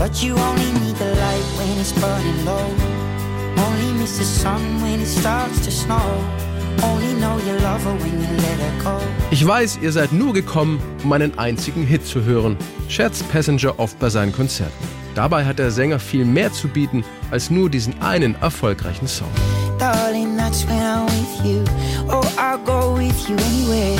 But you only need the light when it's burning low. Only miss the sun when it starts to snow. Only know you love her when you let her go. Ich weiß, ihr seid nur gekommen, um einen einzigen Hit zu hören, scherzt Passenger oft bei seinen Konzerten. Dabei hat der Sänger viel mehr zu bieten als nur diesen einen erfolgreichen Song. Darling, that's when I'm with you. Oh, I'll go with you anywhere.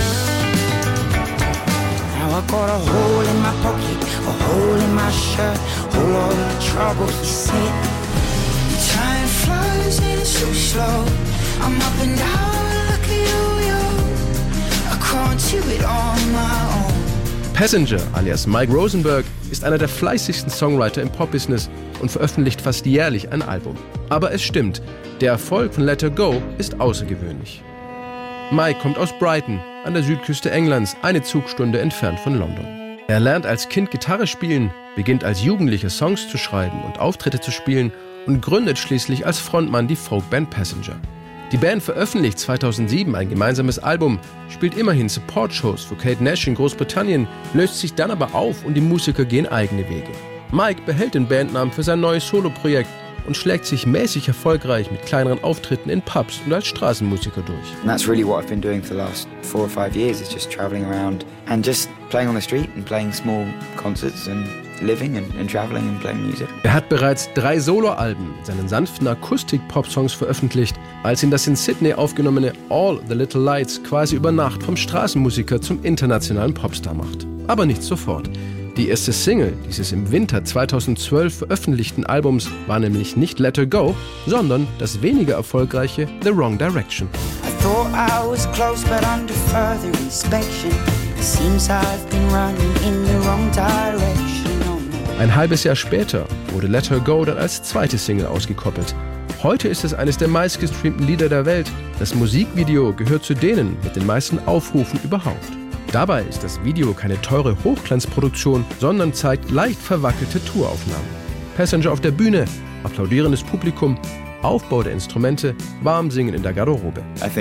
Now I got a hole in my pocket, a hole in my shirt, whole lot of trouble, he said. Time flies and it's so slow. I'm up and down like a yo-yo. I can't do it on my own. Passenger, alias Mike Rosenberg, ist einer der fleißigsten Songwriter im Pop-Business und veröffentlicht fast jährlich ein Album. Aber es stimmt, der Erfolg von Let Her Go ist außergewöhnlich. Mike kommt aus Brighton, an der Südküste Englands, eine Zugstunde entfernt von London. Er lernt als Kind Gitarre spielen, beginnt als Jugendlicher Songs zu schreiben und Auftritte zu spielen und gründet schließlich als Frontmann die Folkband Passenger. Die Band veröffentlicht 2007 ein gemeinsames Album, spielt immerhin Support-Shows für Kate Nash in Großbritannien, löst sich dann aber auf und die Musiker gehen eigene Wege. Mike behält den Bandnamen für sein neues Soloprojekt und schlägt sich mäßig erfolgreich mit kleineren Auftritten in Pubs und als Straßenmusiker durch. And that's really what I've been doing for the last 4 or 5 years, is just traveling around and just playing on the street and playing small concerts and living and traveling and playing music. Er hat bereits 3 Soloalben mit seinen sanften Akustik-Pop-Songs veröffentlicht, als ihn das in Sydney aufgenommene All the Little Lights quasi über Nacht vom Straßenmusiker zum internationalen Popstar macht. Aber nicht sofort. Die erste Single dieses im Winter 2012 veröffentlichten Albums war nämlich nicht Let Her Go, sondern das weniger erfolgreiche The Wrong Direction. I thought I was close, but under further inspection, it seems I've been running in the wrong direction. Ein halbes Jahr später wurde Let Her Go dann als zweite Single ausgekoppelt. Heute ist es eines der meistgestreamten Lieder der Welt. Das Musikvideo gehört zu denen mit den meisten Aufrufen überhaupt. Dabei ist das Video keine teure Hochglanzproduktion, sondern zeigt leicht verwackelte Touraufnahmen. Passenger auf der Bühne, applaudierendes Publikum, Aufbau der Instrumente, warm singen in der Garderobe.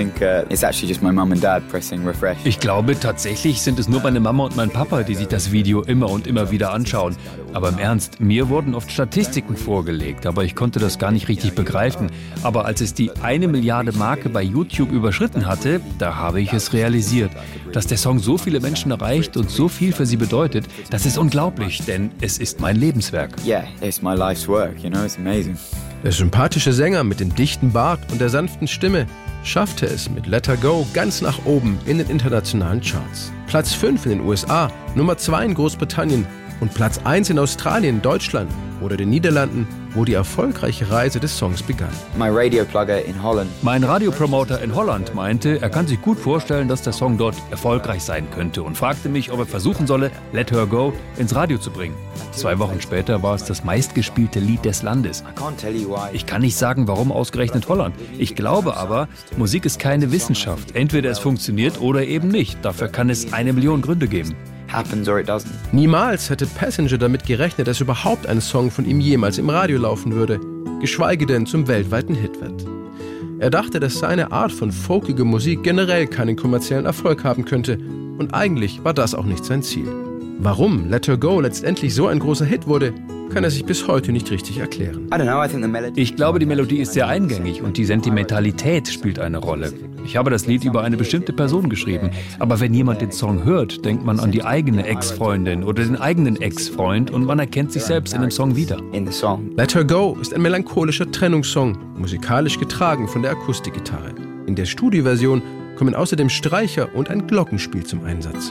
Ich glaube, tatsächlich sind es nur meine Mama und mein Papa, die sich das Video immer und immer wieder anschauen. Aber im Ernst, mir wurden oft Statistiken vorgelegt, aber ich konnte das gar nicht richtig begreifen. Aber als es die 1 Milliarde Marke bei YouTube überschritten hatte, da habe ich es realisiert. Dass der Song so viele Menschen erreicht und so viel für sie bedeutet, das ist unglaublich, denn es ist mein Lebenswerk. Yeah, it's my life's work, you know, it's amazing. Der sympathische Sänger mit dem dichten Bart und der sanften Stimme schaffte es mit Let Her Go ganz nach oben in den internationalen Charts. Platz 5 in den USA, Nummer 2 in Großbritannien und Platz 1 in Australien, Deutschland oder den Niederlanden, wo die erfolgreiche Reise des Songs begann. Mein Radiopromoter in Holland meinte, er kann sich gut vorstellen, dass der Song dort erfolgreich sein könnte und fragte mich, ob er versuchen solle, Let Her Go ins Radio zu bringen. 2 Wochen später war es das meistgespielte Lied des Landes. Ich kann nicht sagen, warum ausgerechnet Holland. Ich glaube aber, Musik ist keine Wissenschaft. Entweder es funktioniert oder eben nicht. Dafür kann es 1 Million Gründe geben. Niemals hätte Passenger damit gerechnet, dass überhaupt ein Song von ihm jemals im Radio laufen würde, geschweige denn zum weltweiten Hit wird. Er dachte, dass seine Art von folkiger Musik generell keinen kommerziellen Erfolg haben könnte und eigentlich war das auch nicht sein Ziel. Warum Let Her Go letztendlich so ein großer Hit wurde, kann er sich bis heute nicht richtig erklären. Ich glaube, die Melodie ist sehr eingängig und die Sentimentalität spielt eine Rolle. Ich habe das Lied über eine bestimmte Person geschrieben, aber wenn jemand den Song hört, denkt man an die eigene Ex-Freundin oder den eigenen Ex-Freund und man erkennt sich selbst in dem Song wieder. Let Her Go ist ein melancholischer Trennungssong, musikalisch getragen von der Akustikgitarre. In der Studioversion kommen außerdem Streicher und ein Glockenspiel zum Einsatz.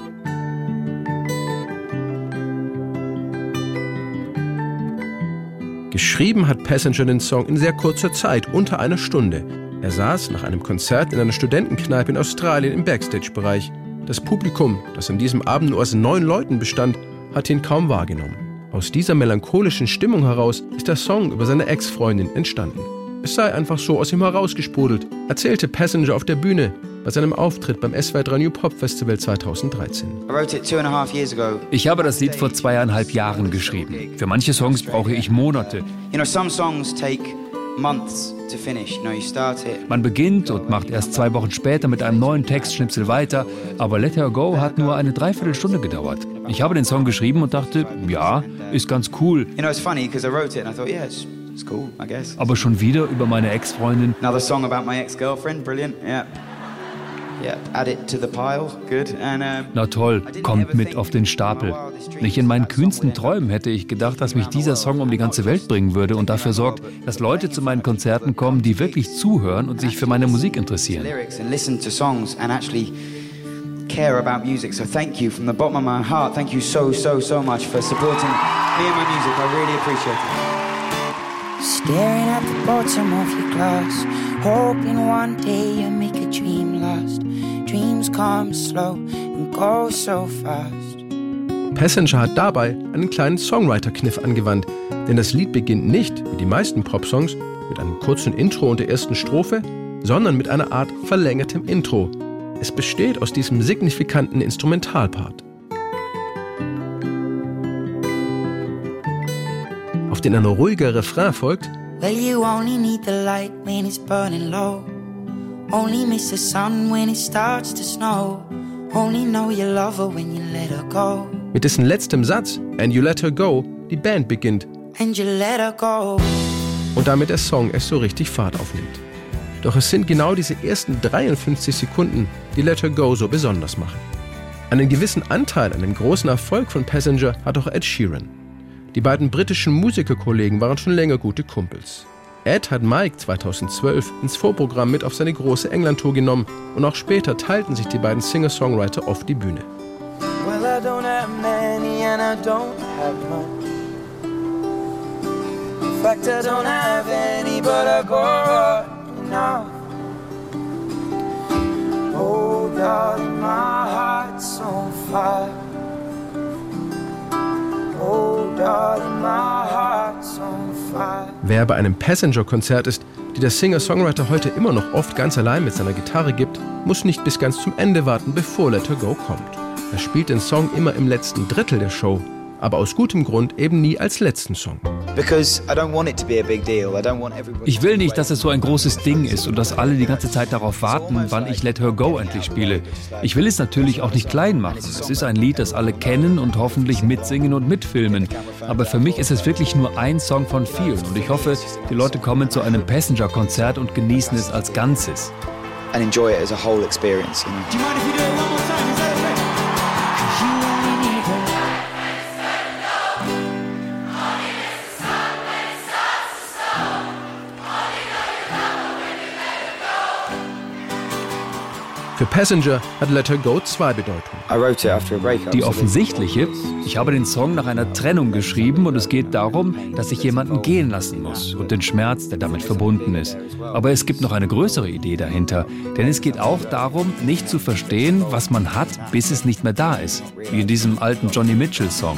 Geschrieben hat Passenger den Song in sehr kurzer Zeit, unter einer Stunde. Er saß nach einem Konzert in einer Studentenkneipe in Australien im Backstage-Bereich. Das Publikum, das an diesem Abend nur aus 9 Leuten bestand, hat ihn kaum wahrgenommen. Aus dieser melancholischen Stimmung heraus ist der Song über seine Ex-Freundin entstanden. Es sei einfach so aus ihm herausgesprudelt, erzählte Passenger auf der Bühne bei seinem Auftritt beim SWR3 New Pop Festival 2013. Ich habe das Lied vor 2,5 Jahren geschrieben. Für manche Songs brauche ich Monate. Man beginnt und macht erst 2 Wochen später mit einem neuen Textschnipsel weiter, aber Let Her Go hat nur eine Dreiviertelstunde gedauert. Ich habe den Song geschrieben und dachte, ja, ist ganz cool. Aber schon wieder über meine Ex-Freundin. Another song about my ex-girlfriend, brilliant, yeah. Yeah, add it to the pile, good. And, na toll, kommt mit auf den Stapel. Nicht in meinen kühnsten Träumen hätte ich gedacht, dass mich dieser Song um die ganze Welt bringen würde und dafür sorgt, dass Leute zu meinen Konzerten kommen, die wirklich zuhören und sich für meine Musik interessieren. Care about music, so thank you from the bottom of my heart. Thank you so much for supporting me and my music. I really appreciate it. Staring at the bottom of your glass, hoping one day you'll make a dream last. Dreams come slow and go so fast. Passenger hat dabei einen kleinen Songwriter-Kniff angewandt, denn das Lied beginnt nicht, wie die meisten Popsongs, mit einem kurzen Intro und der ersten Strophe, sondern mit einer Art verlängertem Intro. Es besteht aus diesem signifikanten Instrumentalpart. Auf den ein ruhiger Refrain folgt. Well, you only need the light when it's burning low. Only miss the sun when it starts to snow. Only know you love her when you let her go. Mit dessen letztem Satz, And You Let Her Go, die Band beginnt. And you let her go. Und damit der Song erst so richtig Fahrt aufnimmt. Doch es sind genau diese ersten 53 Sekunden, die Let Her Go so besonders machen. Einen gewissen Anteil an dem großen Erfolg von Passenger hat auch Ed Sheeran. Die beiden britischen Musikerkollegen waren schon länger gute Kumpels. Ed hat Mike 2012 ins Vorprogramm mit auf seine große England-Tour genommen und auch später teilten sich die beiden Singer-Songwriter oft die Bühne. Well, I don't have many and I don't have much. In fact, I don't have any, but I got enough. Oh, darling, my heart's on fire. Oh, darling, my heart's on fire. Wer bei einem Passenger-Konzert ist, die der Singer-Songwriter heute immer noch oft ganz allein mit seiner Gitarre gibt, muss nicht bis ganz zum Ende warten, bevor Let Her Go kommt. Er spielt den Song immer im letzten Drittel der Show, aber aus gutem Grund eben nie als letzten Song. Ich will nicht, dass es so ein großes Ding ist und dass alle die ganze Zeit darauf warten, wann ich Let Her Go endlich spiele. Ich will es natürlich auch nicht klein machen. Es ist ein Lied, das alle kennen und hoffentlich mitsingen und mitfilmen. Aber für mich ist es wirklich nur ein Song von vielen und ich hoffe, die Leute kommen zu einem Passenger-Konzert und genießen es als Ganzes. And enjoy it as a whole experience, you know. Do you mind if we do it one more time? Is that okay? 'Cause you only need her. Für Passenger hat Let Her Go zwei Bedeutungen. Die offensichtliche, ich habe den Song nach einer Trennung geschrieben und es geht darum, dass ich jemanden gehen lassen muss und den Schmerz, der damit verbunden ist. Aber es gibt noch eine größere Idee dahinter, denn es geht auch darum, nicht zu verstehen, was man hat, bis es nicht mehr da ist. Wie in diesem alten Johnny Mitchell-Song.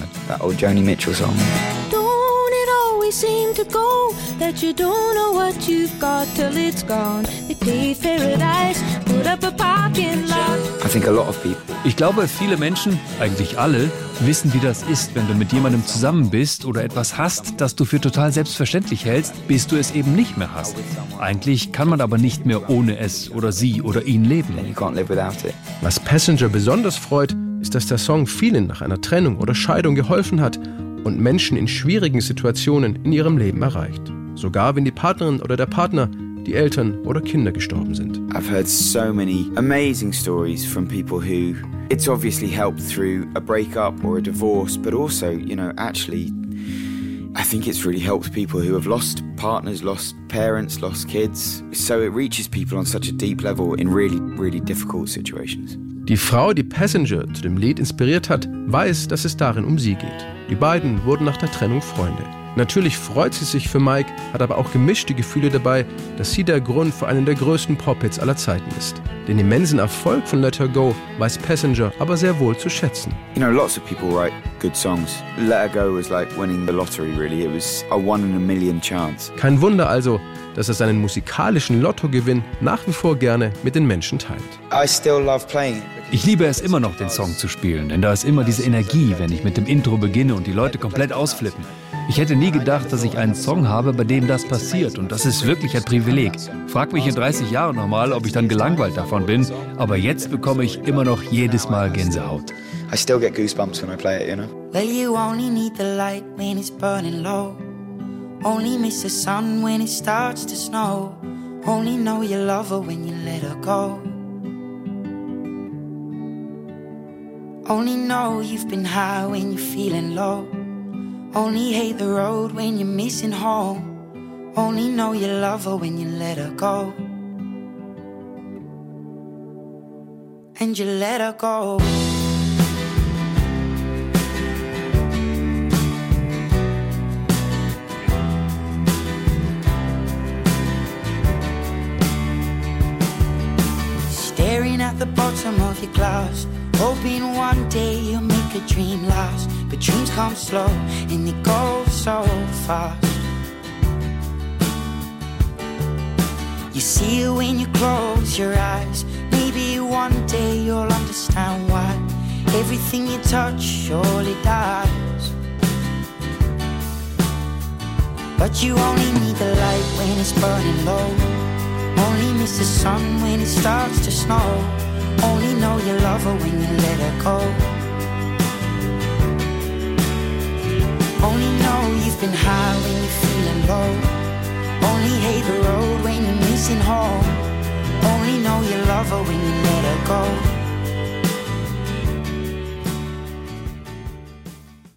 Seem to go that you don't know what you've got till it's gone. The gate paradise, put up a parking lot. I think a lot of people. Ich glaube, viele Menschen, eigentlich alle, wissen, wie das ist, wenn du mit jemandem zusammen bist oder etwas hast, das du für total selbstverständlich hältst, bis du es eben nicht mehr hast. Eigentlich kann man aber nicht mehr ohne es oder sie oder ihn leben. You can't live without it. Was Passenger besonders freut, ist, dass der Song vielen nach einer Trennung oder Scheidung geholfen hat und Menschen in schwierigen Situationen in ihrem Leben erreicht. Sogar wenn die Partnerin oder der Partner, die Eltern oder Kinder gestorben sind. I've heard so many amazing stories from people who it's obviously helped through a breakup or a divorce, but also, you know, actually I think it's really helped people who have lost partners, lost parents, lost kids. So it reaches people on such a deep level in really, really difficult situations. Die Frau, die Passenger zu dem Lied inspiriert hat, weiß, dass es darin um sie geht. Die beiden wurden nach der Trennung Freunde. Natürlich freut sie sich für Mike, hat aber auch gemischte Gefühle dabei, dass sie der Grund für einen der größten Pop-Hits aller Zeiten ist. Den immensen Erfolg von Let Her Go weiß Passenger aber sehr wohl zu schätzen. You know, lots of people write good songs. Let Her Go was like winning the lottery, really. It was a 1 in a million chance. Kein Wunder also, dass er seinen musikalischen Lottogewinn nach wie vor gerne mit den Menschen teilt. I still love playing it. Ich liebe es immer noch, den Song zu spielen, denn da ist immer diese Energie, wenn ich mit dem Intro beginne und die Leute komplett ausflippen. Ich hätte nie gedacht, dass ich einen Song habe, bei dem das passiert und das ist wirklich ein Privileg. Frag mich in 30 Jahren nochmal, ob ich dann gelangweilt davon bin, aber jetzt bekomme ich immer noch jedes Mal Gänsehaut. I still get goosebumps when I play it, you know. Well, you only need the light when it's burning low. Only miss the sun when it starts to snow. Only know you love her when you let her go. Only know you've been high when you're feeling low. Only hate the road when you're missing home. Only know you love her when you let her go. And you let her go. Staring at the bottom of your glass, hoping one day you'll make a dream last. But dreams come slow and they go so fast. You see it when you close your eyes. Maybe one day you'll understand why everything you touch surely dies. But you only need the light when it's burning low. Only miss the sun when it starts to snow. Only know you love her when you let her go. Only know you've been high when you're feeling low. Only hate the road when you're missing home. Only know you love her when you let her go.